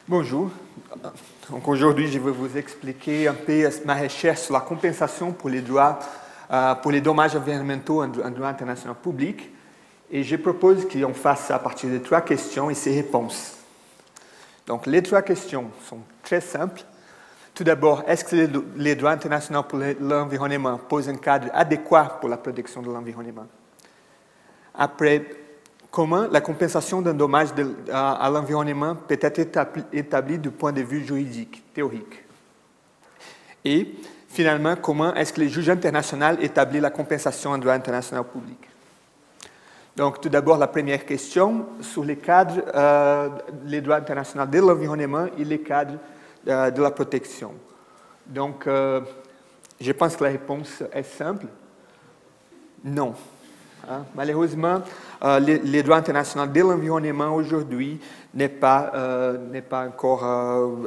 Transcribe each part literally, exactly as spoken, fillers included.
Bonjour. Donc aujourd'hui, je vais vous expliquer un peu ma recherche sur la compensation pour les droits, euh, pour les dommages environnementaux en, en droit international public. Et je propose qu'on fasse ça à partir de trois questions et ses réponses. Donc les trois questions sont très simples. Tout d'abord, est-ce que les, les droits internationaux pour l'environnement posent un cadre adéquat pour la protection de l'environnement? Après, comment la compensation d'un dommage de, à, à l'environnement peut être établie, établie du point de vue juridique, théorique? Et finalement, comment est-ce que les juges internationaux établissent la compensation en droit international public? Donc, tout d'abord, la première question sur les cadres, euh, les droits internationaux de l'environnement et les cadres euh, de la protection. Donc, euh, je pense que la réponse est simple. Non. Hein? Malheureusement, euh, les, les droits internationaux de l'environnement aujourd'hui n'est pas, euh, n'est pas encore euh,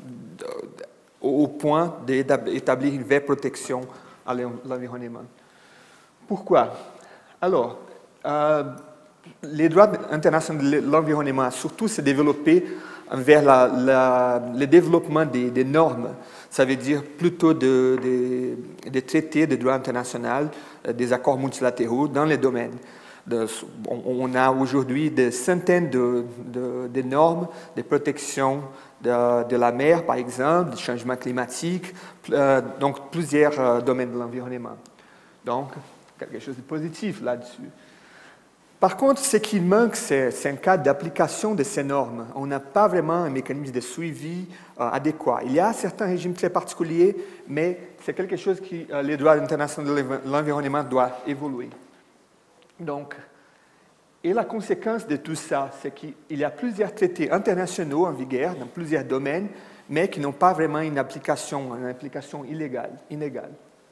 au point d'établir une vraie protection à l'environnement. Pourquoi? Alors, euh, les droits internationaux de l'environnement, surtout, se développer vers la, la, le développement des, des normes. Ça veut dire plutôt de, de, des traités de droit international, des accords multilatéraux dans les domaines. De, on, on a aujourd'hui des centaines de, de, de normes de protection de, de la mer, par exemple, du changement climatique, euh, donc plusieurs euh, domaines de l'environnement. Donc, quelque chose de positif là-dessus. Par contre, ce qui manque, c'est, c'est un cadre d'application de ces normes. On n'a pas vraiment un mécanisme de suivi euh, adéquat. Il y a certains régimes très particuliers, mais c'est quelque chose que euh, les droits internationaux de l'environnement doivent évoluer. Donc, et la conséquence de tout ça, c'est qu'il y a plusieurs traités internationaux en vigueur dans plusieurs domaines, mais qui n'ont pas vraiment une application, une application illégale, inégale.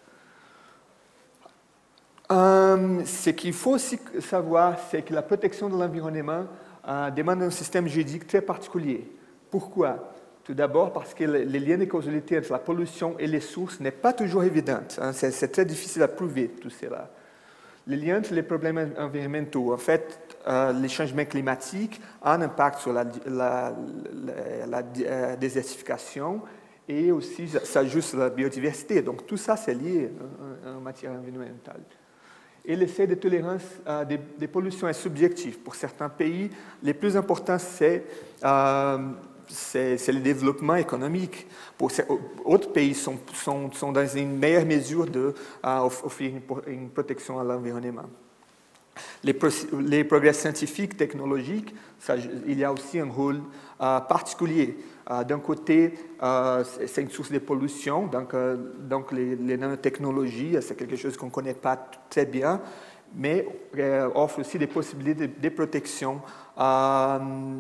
Um, ce qu'il faut aussi savoir, c'est que la protection de l'environnement euh, demande un système juridique très particulier. Pourquoi? Tout d'abord parce que les liens de causalité entre la pollution et les sources n'est pas toujours évident. Hein, c'est, c'est très difficile à prouver tout cela. Les liens entre les problèmes environnementaux, en fait, euh, les changements climatiques ont un impact sur la, la, la, la, la désertification et aussi ça joue sur la biodiversité. Donc tout ça, c'est lié en, en matière environnementale. Et le seuil de tolérance euh, des, des pollutions est subjectif. Pour certains pays, les plus importants, c'est, euh, c'est, c'est le développement économique. Pour d'autres pays, sont, sont, sont dans une meilleure mesure d'offrir euh, une, une protection à l'environnement. Les, pro, les progrès scientifiques, technologiques, ça, il y a aussi un rôle euh, particulier. Euh, d'un côté, euh, c'est une source de pollution, donc, euh, donc les, les nanotechnologies, c'est quelque chose qu'on ne connaît pas très bien, mais euh, offre aussi des possibilités de, de protection euh, à,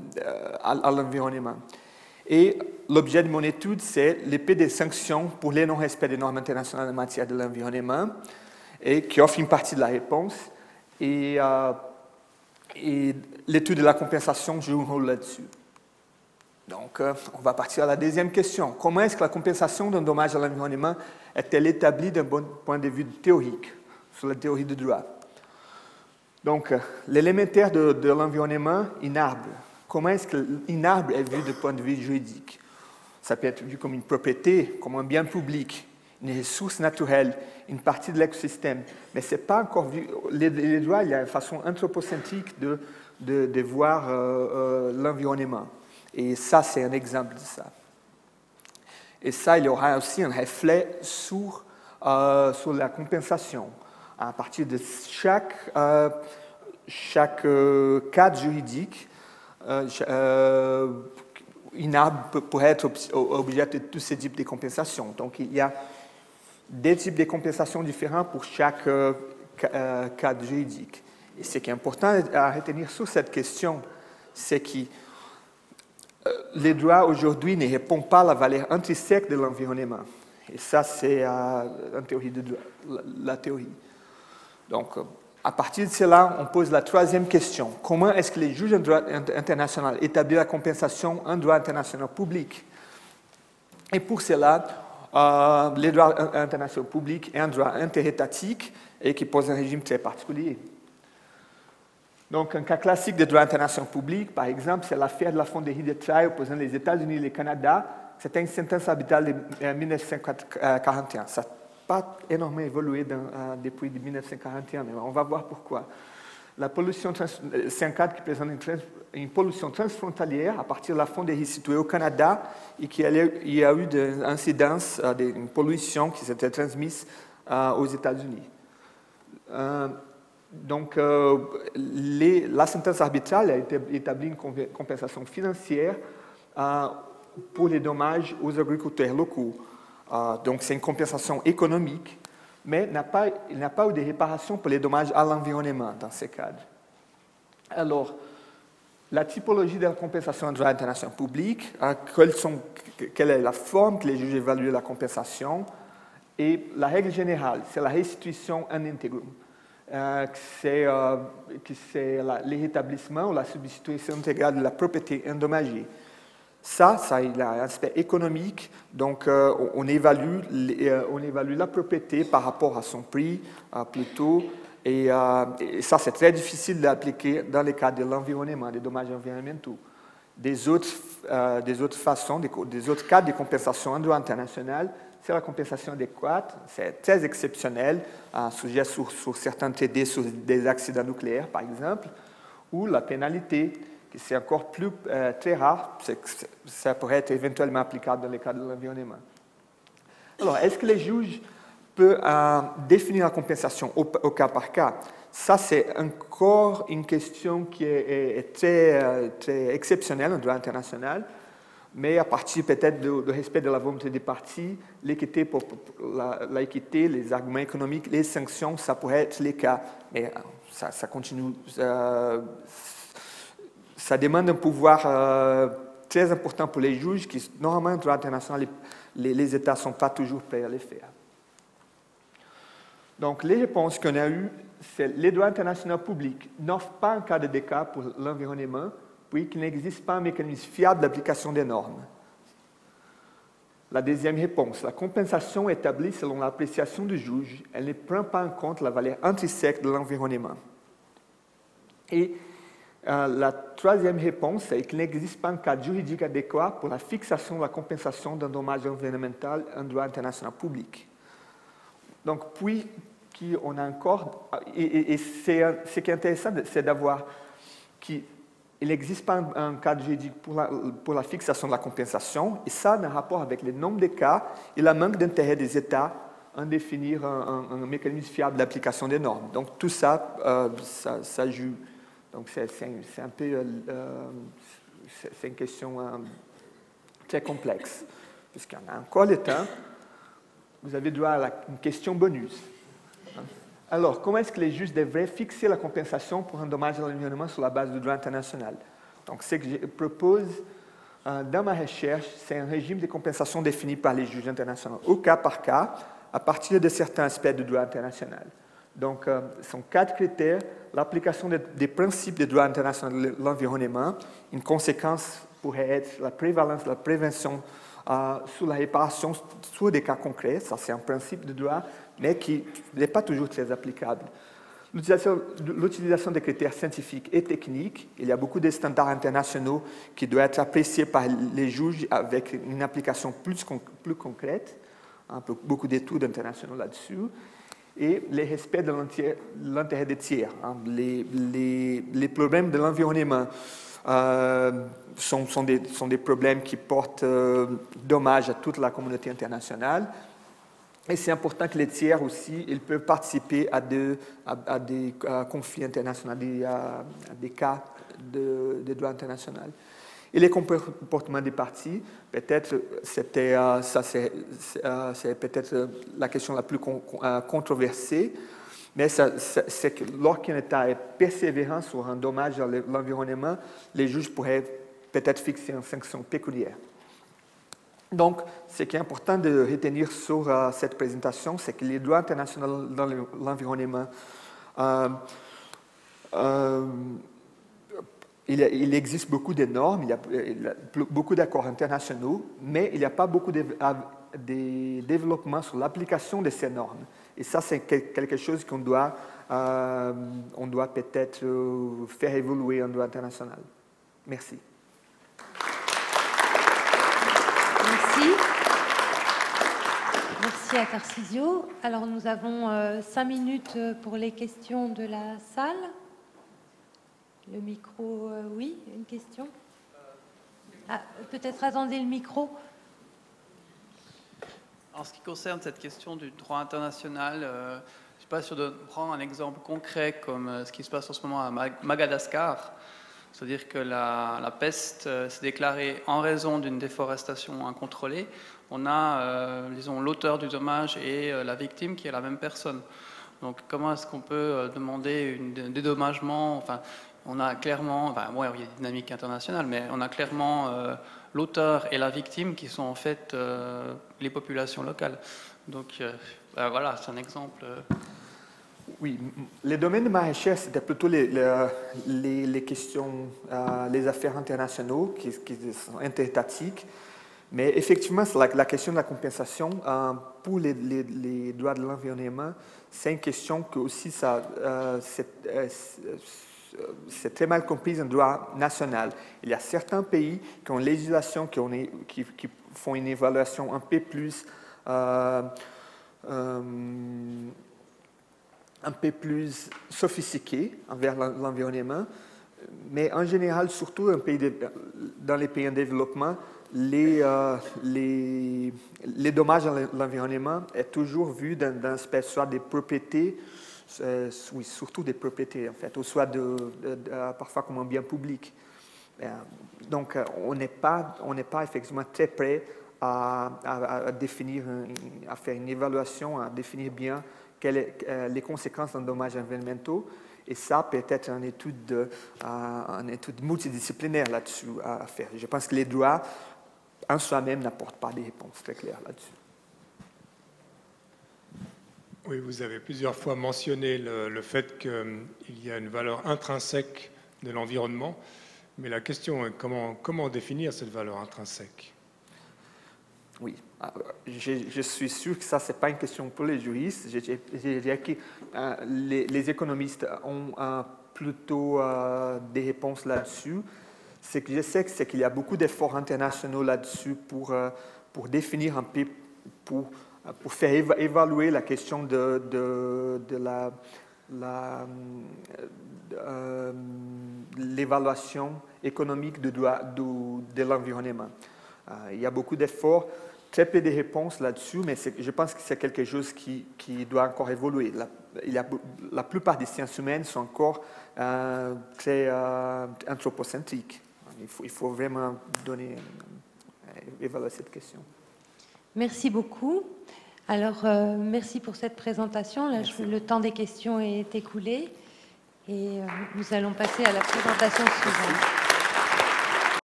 à l'environnement. Et l'objet de mon étude, c'est l'épée des sanctions pour les non-respects des normes internationales en matière de l'environnement, et qui offre une partie de la réponse. Et, euh, et l'étude de la compensation joue un rôle là-dessus. Donc, euh, on va partir à la deuxième question. Comment est-ce que la compensation d'un dommage à l'environnement est-elle établie d'un bon point de vue théorique, sur la théorie du droit? Donc, euh, l'élémentaire de, de l'environnement, un arbre. Comment est-ce qu'un arbre est vu du point de vue juridique? Ça peut être vu comme une propriété, comme un bien public, une ressource naturelle, une partie de l'écosystème. Mais ce n'est pas encore vu. Les, les droits, il y a une façon anthropocentrique de, de, de voir euh, euh, l'environnement. Et ça, c'est un exemple de ça. Et ça, il y aura aussi un reflet sur, euh, sur la compensation. À partir de chaque, euh, chaque euh, cadre juridique, euh, euh, une arbre pourrait être objet de tous ces types de compensation. Donc, il y a des types de compensations différents pour chaque euh, cadre juridique. Et ce qui est important à retenir sur cette question, c'est que les droits aujourd'hui ne répondent pas à la valeur intrinsèque de l'environnement. Et ça, c'est euh, en théorie de droit, la, la théorie. Donc, à partir de cela, on pose la troisième question. Comment est-ce que les juges en droit international établissent la compensation en droit international public? Et pour cela, euh, les droits internationaux publics est un droit interétatique et qui pose un régime très particulier. Donc, un cas classique de droit international public, par exemple, c'est l'affaire de la fonderie de Trye opposant les États-Unis et le Canada. C'était une sentence arbitrale de mille neuf cent quarante et un. Ça n'a pas énormément évolué dans, euh, depuis mille neuf cent quarante et un, mais on va voir pourquoi. La pollution, c'est un cas qui présente une, trans, une pollution transfrontalière à partir de la fonderie située au Canada et qu'il y a eu des incidences, euh, une pollution qui s'était transmise euh, aux États-Unis. Euh, donc, euh, les, la sentence arbitrale a établi une compensation financière euh, pour les dommages aux agriculteurs locaux. Euh, donc, c'est une compensation économique, mais il n'a pas, il n'a pas eu de réparation pour les dommages à l'environnement dans ces cadres. Alors, la typologie de la compensation en droit international public, euh, quelles sont, quelle est la forme que les juges évaluent la compensation, et la règle générale, c'est la restitution en intégrum. Euh, c'est euh, le rétablissement ou la substitution intégrale de la propriété endommagée. Ça, ça a un aspect économique, donc euh, on, évalue, euh, on évalue la propriété par rapport à son prix euh, plutôt, et, euh, et ça c'est très difficile d'appliquer dans les cas de l'environnement, des dommages environnementaux. Des autres, euh, des autres façons, des, des autres cas de compensation en droit international, c'est la compensation adéquate, c'est très exceptionnel, un sujet sur, sur certains T D sur des accidents nucléaires par exemple, ou la pénalité, qui c'est encore plus euh, très rare, ça pourrait être éventuellement applicable dans les cas de l'environnement. Alors, est-ce que les juges peuvent euh, définir la compensation au, au cas par cas? Ça, c'est encore une question qui est, est, est très, euh, très exceptionnelle en droit international, mais à partir peut-être du respect de la volonté des parties, l'équité, pour, pour la, l'équité, les arguments économiques, les sanctions, ça pourrait être les cas. Mais ça, ça continue. Euh, ça demande un pouvoir euh, très important pour les juges qui, normalement, en droit international, les, les États ne sont pas toujours prêts à les faire. Donc, les réponses qu'on a eues, c'est les droits internationaux publics n'offrent pas un cas de cas pour l'environnement, puis qu'il n'existe pas un mécanisme fiable d'application des normes. La deuxième réponse, la compensation établie selon l'appréciation du juge, elle ne prend pas en compte la valeur intrinsèque de l'environnement. Et euh, la troisième réponse, c'est qu'il n'existe pas un cadre juridique adéquat pour la fixation de la compensation d'un dommage environnemental en droit international public. Donc, puis, on a encore, et, et, et c'est, ce qui est intéressant, c'est d'avoir qu'il n'existe pas un, un cadre juridique pour la, pour la fixation de la compensation, et ça, en rapport avec le nombre de cas et la manque d'intérêt des États en définir un, un, un mécanisme fiable d'application des normes. Donc, tout ça, euh, ça, ça joue. Donc, c'est, c'est, c'est un peu, euh, c'est, c'est une question euh, très complexe. Puisqu'il y en a encore le temps, vous avez droit à la, une question bonus. Alors, comment est-ce que les juges devraient fixer la compensation pour un dommage à l'environnement sur la base du droit international? Donc, ce que je propose euh, dans ma recherche, c'est un régime de compensation défini par les juges internationaux, au cas par cas, à partir de certains aspects du droit international. Donc, euh, ce sont quatre critères. L'application de, des principes du droit international de l'environnement. Une conséquence pourrait être la prévalence, la prévention euh, sur la réparation sur des cas concrets. Ça, c'est un principe de droit, mais qui n'est pas toujours très applicable. L'utilisation, l'utilisation des critères scientifiques et techniques, il y a beaucoup de standards internationaux qui doivent être appréciés par les juges avec une application plus, plus concrète, hein, beaucoup d'études internationales là-dessus, et le respect de l'intérêt des tiers. Hein, les, les, les problèmes de l'environnement euh, sont, sont, des, sont des problèmes qui portent euh, dommage à toute la communauté internationale. Et c'est important que les tiers aussi, ils peuvent participer à, de, à, à des à conflits internationaux, à des, à, à des cas de, de droit international. Et les comportements des parties, peut-être, c'était, euh, ça c'est, c'est, euh, c'est peut-être la question la plus con, euh, controversée, mais ça, c'est, c'est que lorsqu'un État est persévérant sur un dommage à l'environnement, les juges pourraient peut-être fixer une sanction pécuniaire. Donc, ce qui est important de retenir sur uh, cette présentation, c'est que les droits internationaux dans l'environnement, euh, euh, il, il existe beaucoup de normes, il y a, il y a beaucoup d'accords internationaux, mais il n'y a pas beaucoup de, de développement sur l'application de ces normes. Et ça, c'est quelque chose qu'on doit, euh, on doit peut-être euh, faire évoluer en droit international. Merci. Merci. Merci à Tarcisio. Alors, nous avons euh, cinq minutes pour les questions de la salle. Le micro, euh, oui, une question. Ah, peut-être attendez le micro. En ce qui concerne cette question du droit international, euh, je ne suis pas sûr de prendre un exemple concret comme euh, ce qui se passe en ce moment à Madagascar. C'est-à-dire que la, la peste euh, s'est déclarée en raison d'une déforestation incontrôlée. On a, euh, disons, l'auteur du dommage et euh, la victime qui est la même personne. Donc, comment est-ce qu'on peut euh, demander un dédommagement? Enfin, on a clairement, enfin, ouais, il y a une dynamique internationale, mais on a clairement euh, l'auteur et la victime qui sont en fait euh, les populations locales. Donc, euh, ben voilà, c'est un exemple. Euh, Oui, les domaines de ma recherche, c'était plutôt les, les, les questions, euh, les affaires internationales qui, qui sont interétatiques. Mais effectivement, la, la question de la compensation euh, pour les, les, les droits de l'environnement, c'est une question que aussi ça, euh, c'est, euh, c'est très mal comprise en droit national. Il y a certains pays qui ont une législation, qui, ont, qui, qui font une évaluation un peu plus... Euh, euh, un peu plus sophistiqué envers l'environnement, mais en général, surtout en pays de, dans les pays en développement, les, euh, les, les dommages à l'environnement est toujours vu dans, dans l'aspect soit des propriétés, euh, oui, surtout des propriétés en fait, ou soit de, de, de, parfois comme un bien public. Euh, donc, on n'est pas, on n'est pas effectivement très prêt à, à, à définir, à faire une évaluation, à définir bien quelles sont euh, les conséquences d'un dommage environnementaux. Et ça peut être une étude, de, euh, une étude multidisciplinaire là-dessus à, à faire. Je pense que les droits en soi-même n'apportent pas des réponses très claires là-dessus. Oui, vous avez plusieurs fois mentionné le, le fait qu'il y a une valeur intrinsèque de l'environnement. Mais la question est comment, comment définir cette valeur intrinsèque? Oui, je, je suis sûr que ça, ce n'est pas une question pour les juristes. Je, je, je dirais que euh, les, les économistes ont euh, plutôt euh, des réponses là-dessus. Ce que je sais, c'est qu'il y a beaucoup d'efforts internationaux là-dessus pour, euh, pour définir un peu, pour, pour faire éva évaluer la question de, de, de la... la euh, l'évaluation économique de, de, de l'environnement. Euh, il y a beaucoup d'efforts, très peu de réponses là-dessus, mais je pense que c'est quelque chose qui, qui doit encore évoluer. La, il y a, la plupart des sciences humaines sont encore euh, très euh, anthropocentriques. Il faut, il faut vraiment donner, euh, évaluer cette question. Merci beaucoup. Alors, euh, merci pour cette présentation. Là, je, le temps des questions est écoulé et euh, nous allons passer à la présentation suivante.